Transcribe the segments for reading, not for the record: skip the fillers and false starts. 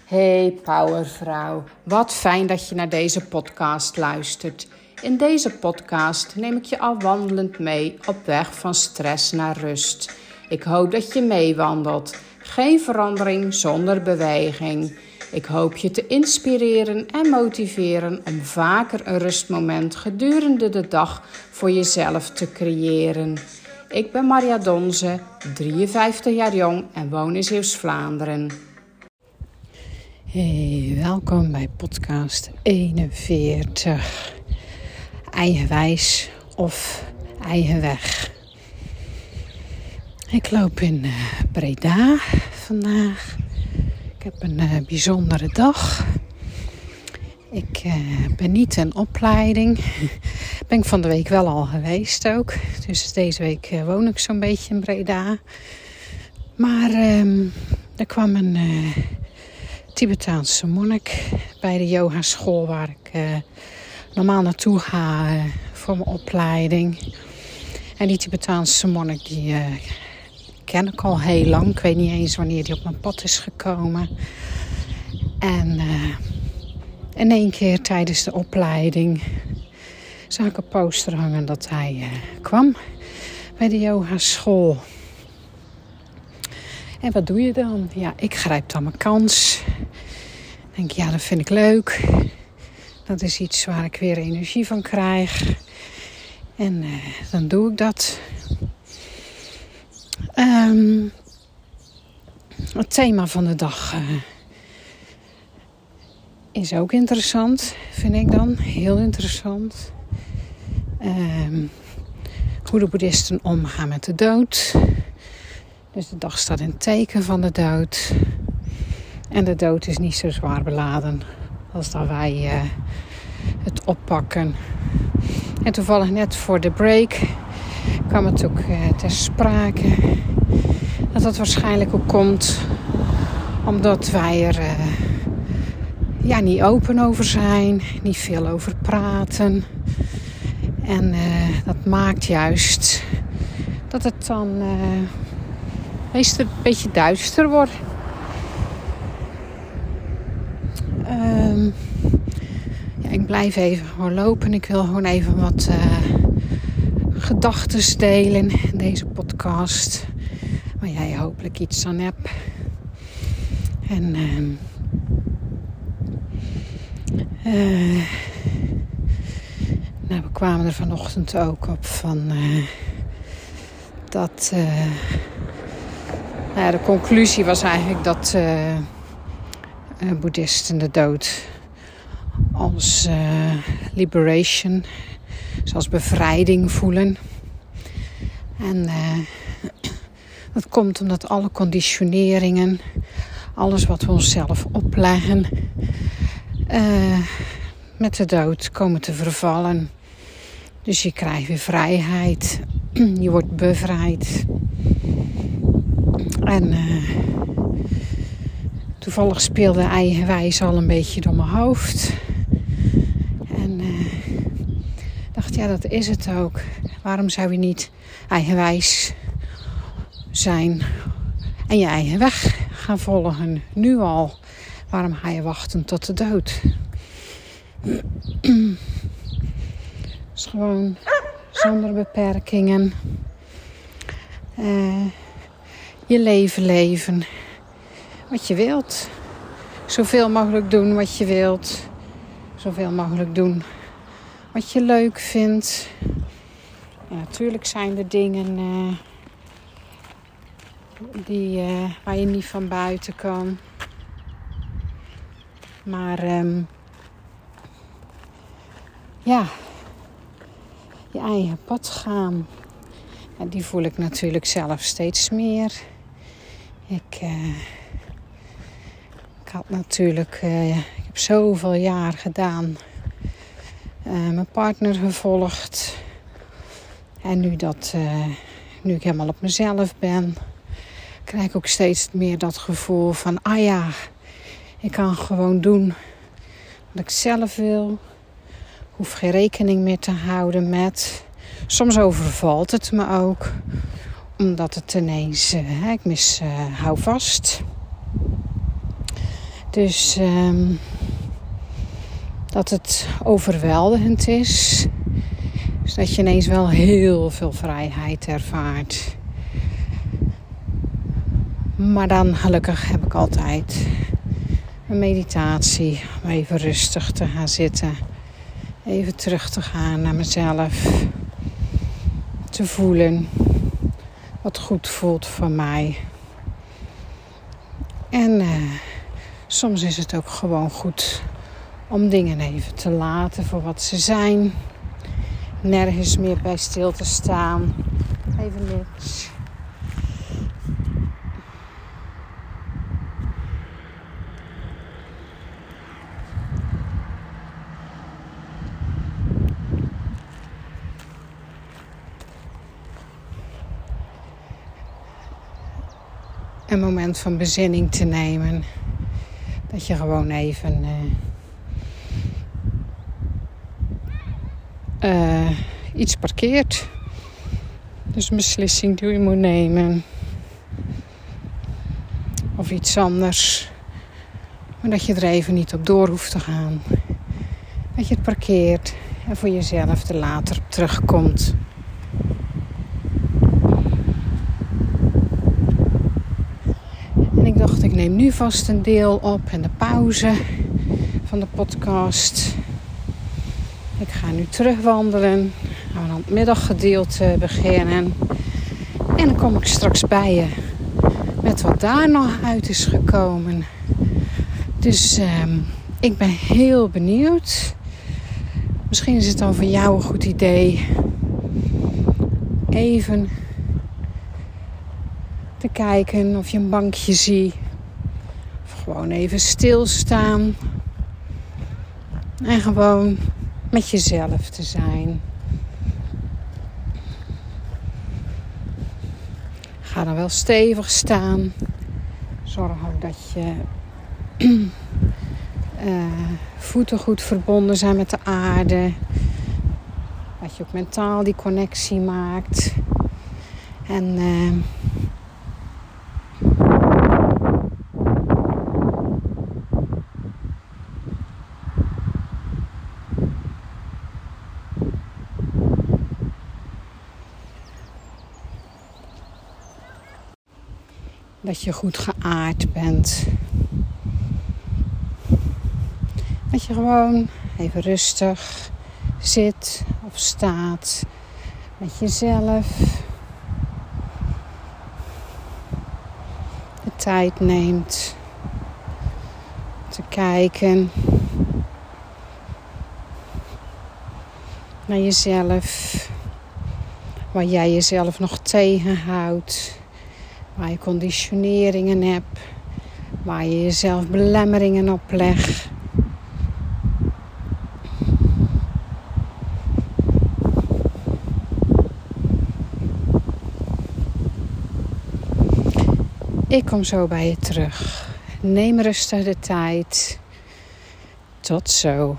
Hey Powervrouw, wat fijn dat je naar deze podcast luistert. In deze podcast neem ik je al wandelend mee op weg van stress naar rust. Ik hoop dat je meewandelt. Geen verandering zonder beweging. Ik hoop je te inspireren en motiveren om vaker een rustmoment gedurende de dag voor jezelf te creëren. Ik ben Maria Donze, 53 jaar jong en woon in Zeeuws-Vlaanderen. Hey, welkom bij podcast 41. Eigenwijs of eigenweg. Ik loop in Breda vandaag. Ik heb een bijzondere dag. Ik ben niet in opleiding. Ben ik van de week wel al geweest ook. Dus deze week woon ik zo'n beetje in Breda. Maar er kwam een Tibetaanse monnik bij de yogaschool waar ik normaal naartoe ga voor mijn opleiding. En die Tibetaanse monnik die ken ik al heel lang. Ik weet niet eens wanneer die op mijn pad is gekomen. En in één keer tijdens de opleiding zag ik een poster hangen dat hij kwam bij de yogaschool. En wat doe je dan? Ja, ik grijp dan mijn kans. Denk, ja, dat vind ik leuk. Dat is iets waar ik weer energie van krijg. En dan doe ik dat. Het thema van de dag is ook interessant, vind ik dan. Heel interessant. Hoe de boeddhisten omgaan met de dood. Dus de dag staat in het teken van de dood. En de dood is niet zo zwaar beladen als dat wij het oppakken. En toevallig net voor de break kwam het ook ter sprake. Dat waarschijnlijk ook komt omdat wij er niet open over zijn. Niet veel over praten. En dat maakt juist dat het dan meestal een beetje duister wordt. Ik blijf even gewoon lopen. Ik wil gewoon even wat gedachten delen in deze podcast. Waar jij hopelijk iets aan hebt. En we kwamen er vanochtend ook op van dat de conclusie was eigenlijk dat boeddhisten de dood als liberation, zoals bevrijding voelen. En dat komt omdat alle conditioneringen, alles wat we onszelf opleggen, met de dood komen te vervallen. Dus je krijgt weer vrijheid. Je wordt bevrijd. En toevallig speelde eigenwijs al een beetje door mijn hoofd. En dacht, ja, dat is het ook. Waarom zou je niet eigenwijs zijn en je eigen weg gaan volgen? Nu al. Waarom ga je wachten tot de dood? Dus gewoon zonder beperkingen. Je leven leven. Wat je wilt. Zoveel mogelijk doen wat je wilt. Zoveel mogelijk doen wat je leuk vindt. Ja, natuurlijk zijn er dingen waar je niet van buiten kan. Maar je eigen pad gaan. Ja, die voel ik natuurlijk zelf steeds meer. Ik had natuurlijk, ik heb zoveel jaar gedaan. Mijn partner gevolgd. En nu ik helemaal op mezelf ben, krijg ik ook steeds meer dat gevoel van, ik kan gewoon doen wat ik zelf wil. Ik hoef geen rekening meer te houden met. Soms overvalt het me ook. Omdat het ineens, ik mis houvast. Dus dat het overweldigend is. Dus dat je ineens wel heel veel vrijheid ervaart. Maar dan gelukkig heb ik altijd een meditatie om even rustig te gaan zitten. Even terug te gaan naar mezelf. Te voelen wat goed voelt voor mij. En soms is het ook gewoon goed om dingen even te laten voor wat ze zijn. Nergens meer bij stil te staan. Even niks. Een moment van bezinning te nemen. Dat je gewoon even iets parkeert. Dus een beslissing die je moet nemen. Of iets anders. Maar dat je er even niet op door hoeft te gaan. Dat je het parkeert en voor jezelf er later op terugkomt. En ik dacht, ik neem nu vast een deel op en de pauze van de podcast. Ik ga nu terugwandelen. Gaan we aan het middaggedeelte beginnen. En dan kom ik straks bij je met wat daar nog uit is gekomen. Dus ik ben heel benieuwd. Misschien is het dan voor jou een goed idee. Even te kijken of je een bankje ziet. Of gewoon even stilstaan. En gewoon met jezelf te zijn. Ga dan wel stevig staan. Zorg ook dat je voeten goed verbonden zijn met de aarde. Dat je ook mentaal die connectie maakt. En dat je goed geaard bent. Dat je gewoon even rustig zit of staat met jezelf. De tijd neemt te kijken naar jezelf. Waar jij jezelf nog tegenhoudt. Waar je conditioneringen hebt. Waar je jezelf belemmeringen oplegt. Ik kom zo bij je terug. Neem rustig de tijd. Tot zo.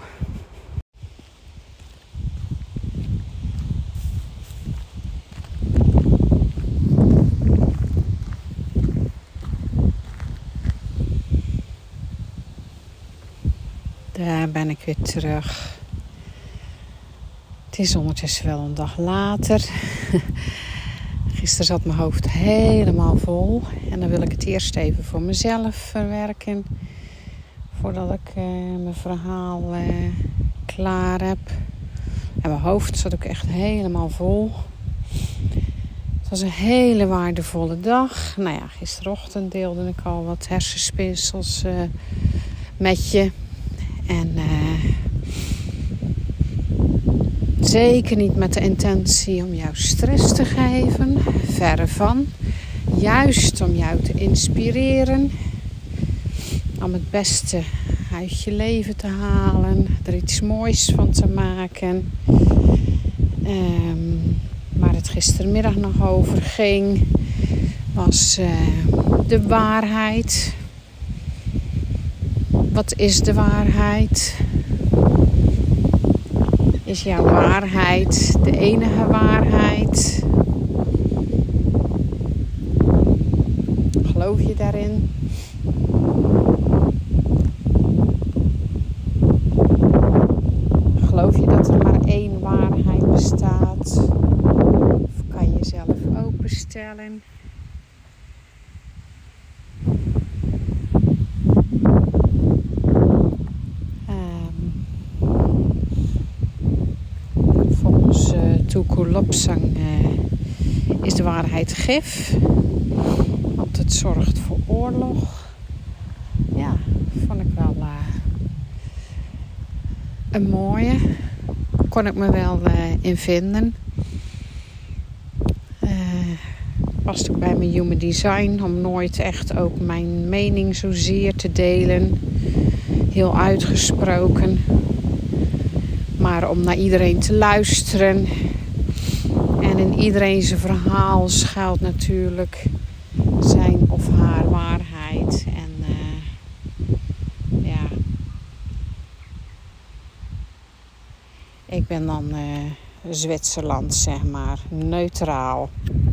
Daar ben ik weer terug. Het is ondertussen wel een dag later. Gisteren zat mijn hoofd helemaal vol. En dan wil ik het eerst even voor mezelf verwerken. Voordat ik mijn verhaal klaar heb. En mijn hoofd zat ook echt helemaal vol. Het was een hele waardevolle dag. Nou ja, gisterochtend deelde ik al wat hersenspinsels met je. En zeker niet met de intentie om jou stress te geven. Verre van. Juist om jou te inspireren. Om het beste uit je leven te halen. Er iets moois van te maken. Waar het gistermiddag nog over ging. Was de waarheid. Wat is de waarheid? Is jouw waarheid de enige waarheid? Geloof je daarin? lopsang is de waarheid gif. Want het zorgt voor oorlog. Ja, vond ik wel een mooie. Kon ik me wel in vinden. Past ook bij mijn human design. Om nooit echt ook mijn mening zozeer te delen. Heel uitgesproken. Maar om naar iedereen te luisteren. En in iedereen zijn verhaal schuilt natuurlijk zijn of haar waarheid. En ja. Ik ben dan Zwitserland, zeg maar. Neutraal.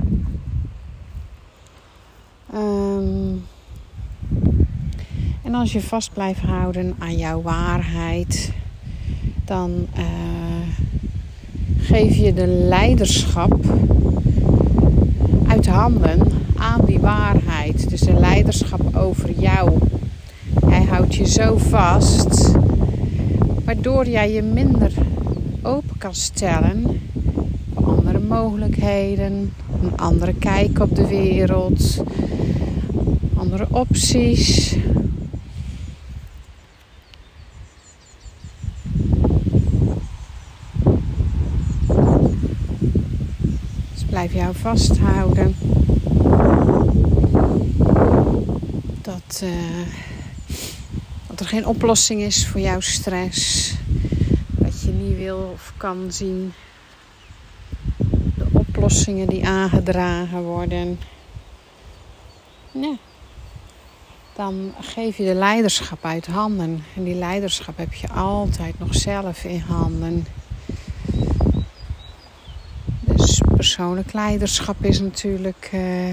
En als je vast blijft houden aan jouw waarheid, dan geef je de leiderschap uit handen aan die waarheid. Dus de leiderschap over jou. Jij houdt je zo vast, waardoor jij je minder open kan stellen voor andere mogelijkheden, een andere kijk op de wereld, andere opties. Dus blijf jou vasthouden dat er geen oplossing is voor jouw stress. Dat je niet wil of kan zien de oplossingen die aangedragen worden. Ja. Dan geef je de leiderschap uit handen. En die leiderschap heb je altijd nog zelf in handen. Dus persoonlijk leiderschap is natuurlijk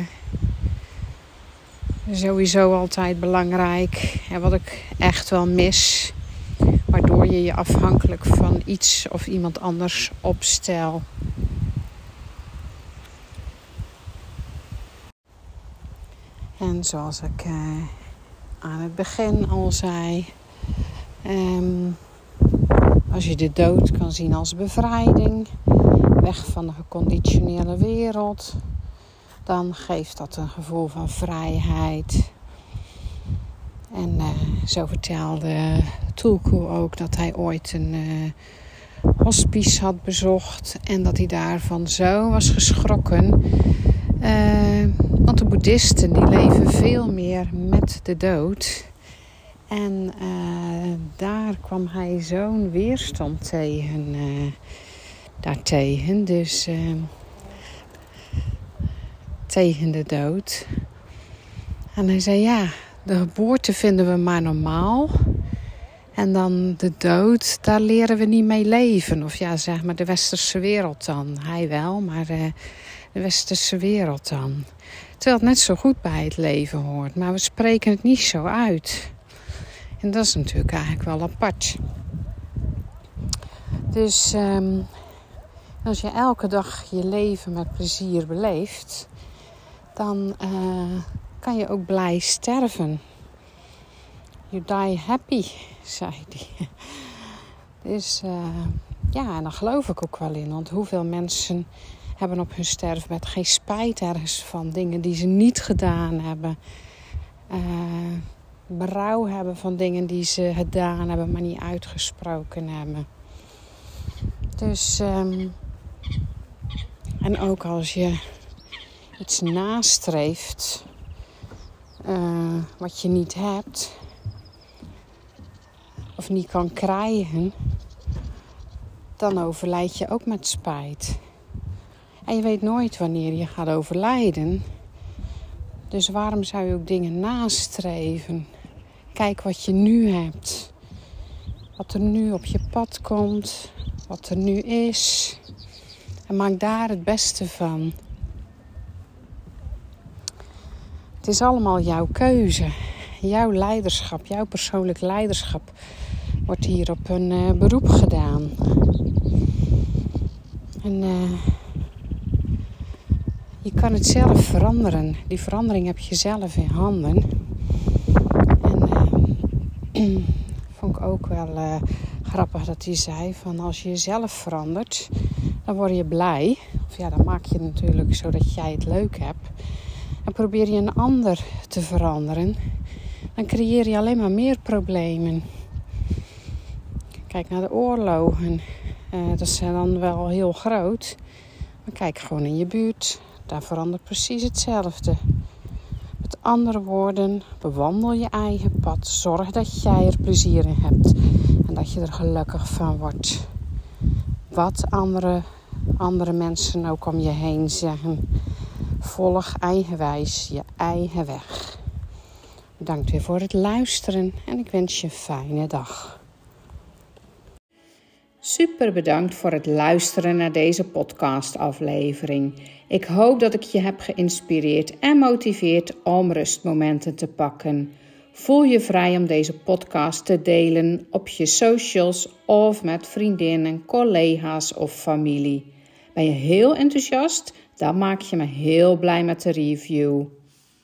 sowieso altijd belangrijk. En wat ik echt wel mis, waardoor je je afhankelijk van iets of iemand anders opstelt. En zoals ik aan het begin al zei, als je de dood kan zien als bevrijding, weg van de geconditioneerde wereld, dan geeft dat een gevoel van vrijheid. En zo vertelde Tulku ook dat hij ooit een hospice had bezocht en dat hij daarvan zo was geschrokken. Want de boeddhisten die leven veel meer met de dood. En daar kwam hij zo'n weerstand daartegen. Dus tegen de dood. En hij zei ja, de geboorte vinden we maar normaal. En dan de dood, daar leren we niet mee leven. Of ja, zeg maar de westerse wereld dan. Hij wel, maar de westerse wereld dan. Terwijl het net zo goed bij het leven hoort. Maar we spreken het niet zo uit. En dat is natuurlijk eigenlijk wel apart. Dus als je elke dag je leven met plezier beleeft, dan kan je ook blij sterven. You die happy, zei hij. Dus ja, en daar geloof ik ook wel in. Want hoeveel mensen hebben op hun sterfbed geen spijt ergens van. Dingen die ze niet gedaan hebben. Berouw hebben van dingen die ze gedaan hebben, maar niet uitgesproken hebben. Dus, en ook als je iets nastreeft wat je niet hebt of niet kan krijgen, dan overlijd je ook met spijt. En je weet nooit wanneer je gaat overlijden. Dus waarom zou je ook dingen nastreven? Kijk wat je nu hebt. Wat er nu op je pad komt. Wat er nu is. En maak daar het beste van. Het is allemaal jouw keuze. Jouw leiderschap, jouw persoonlijk leiderschap wordt hier op een beroep gedaan. En je kan het zelf veranderen. Die verandering heb je zelf in handen. En vond ik ook wel grappig dat hij zei van als je jezelf verandert, dan word je blij. Of ja, dan maak je het natuurlijk zodat jij het leuk hebt. En probeer je een ander te veranderen, dan creëer je alleen maar meer problemen. Kijk naar de oorlogen. Dat zijn dan wel heel groot. Maar kijk gewoon in je buurt. Daar verandert precies hetzelfde. Met andere woorden, bewandel je eigen pad. Zorg dat jij er plezier in hebt. En dat je er gelukkig van wordt. Wat andere mensen ook om je heen zeggen. Volg eigenwijs je eigen weg. Bedankt weer voor het luisteren en ik wens je een fijne dag. Super bedankt voor het luisteren naar deze podcastaflevering. Ik hoop dat ik je heb geïnspireerd en motiveerd om rustmomenten te pakken. Voel je vrij om deze podcast te delen op je socials of met vriendinnen, collega's of familie. Ben je heel enthousiast? Dan maak je me heel blij met de review.